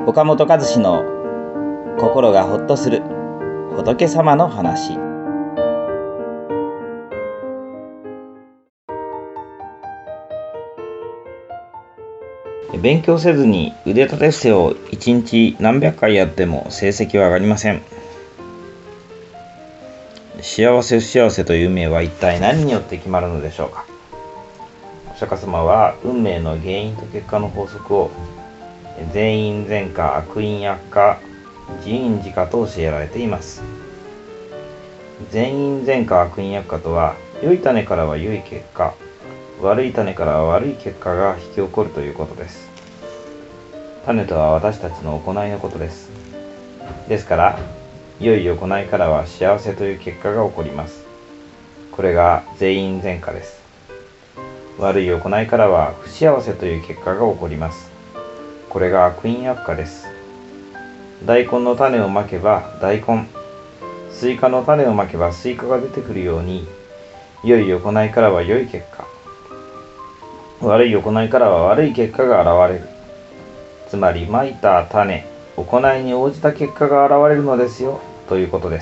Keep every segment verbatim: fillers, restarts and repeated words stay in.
岡本和志の心がほっとする仏様の話。勉強せずに腕立て伏せをいちにち何百回やっても成績は上がりません。幸せ不幸せという運命は一体何によって決まるのでしょうか。お釈迦様は運命の原因と結果の法則を善因善果、悪因悪果、自因自果と教えられています。善因善果、悪因悪果とは、良い種からは良い結果、悪い種からは悪い結果が引き起こるということです。種とは私たちの行いのことです。ですから、良い行いからは幸せという結果が起こります。これが善因善果です。悪い行いからは不幸せという結果が起こります。これが悪因悪果です。大根の種をまけば大根、スイカの種をまけばスイカが出てくるように、良い行いからは良い結果、悪い行いからは悪い結果が現れる。つまり、まいた種、行いに応じた結果が現れるのですよ、ということです。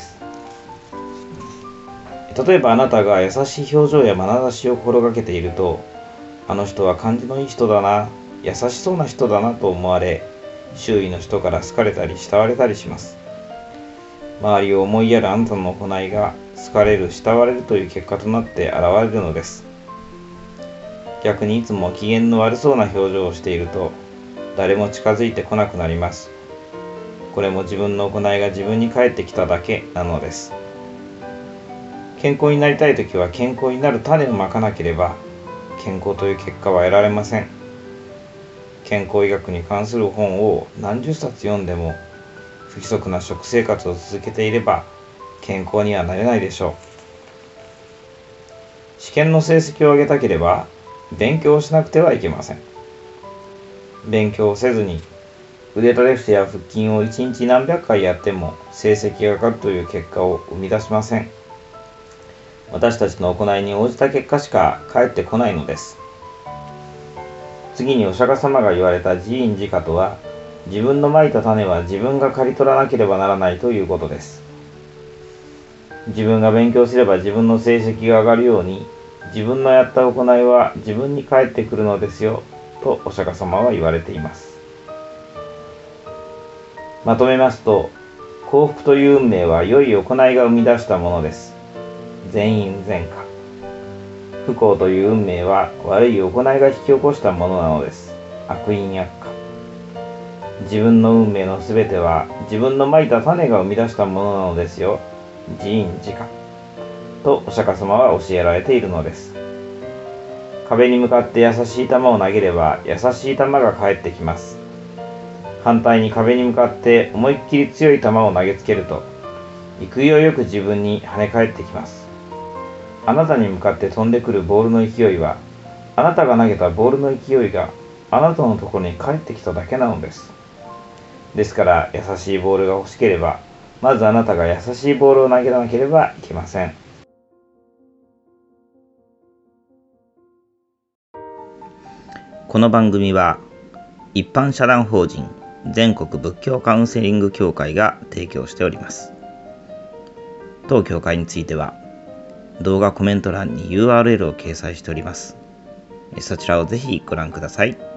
例えばあなたが優しい表情や眼差しを心がけていると、あの人は感じのいい人だな、優しそうな人だなと思われ、周囲の人から好かれたり慕われたりします。周りを思いやるあなたの行いが好かれる慕われるという結果となって現れるのです。逆にいつも機嫌の悪そうな表情をしていると、誰も近づいてこなくなります。これも自分の行いが自分に返ってきただけなのです。健康になりたいときは健康になる種をまかなければ、健康という結果は得られません。健康医学に関する本を何十冊読んでも、不規則な食生活を続けていれば健康にはなれないでしょう。試験の成績を上げたければ勉強をしなくてはいけません。勉強をせずに腕立て伏せや腹筋をいちにち何百回やっても成績が上がるという結果を生み出しません。私たちの行いに応じた結果しか返ってこないのです。次にお釈迦様が言われた自因自果とは、自分のまいた種は自分が刈り取らなければならないということです。自分が勉強すれば自分の成績が上がるように、自分のやった行いは自分に返ってくるのですよ、とお釈迦様は言われています。まとめますと、幸福という運命は良い行いが生み出したものです。善因善果。不幸という運命は悪い行いが引き起こしたものなのです。悪因悪果。自分の運命のすべては自分のまいた種が生み出したものなのですよ。自因自果。とお釈迦様は教えられているのです。壁に向かって優しい球を投げれば優しい球が返ってきます。反対に壁に向かって思いっきり強い球を投げつけると、勢いよく自分に跳ね返ってきます。あなたに向かって飛んでくるボールの勢いは、あなたが投げたボールの勢いがあなたのところに返ってきただけなのです。ですから優しいボールが欲しければ、まずあなたが優しいボールを投げなければいけません。この番組は一般社団法人全国仏教カウンセリング協会が提供しております。当協会については動画コメント欄に ユーアールエル を掲載しております。そちらをぜひご覧ください。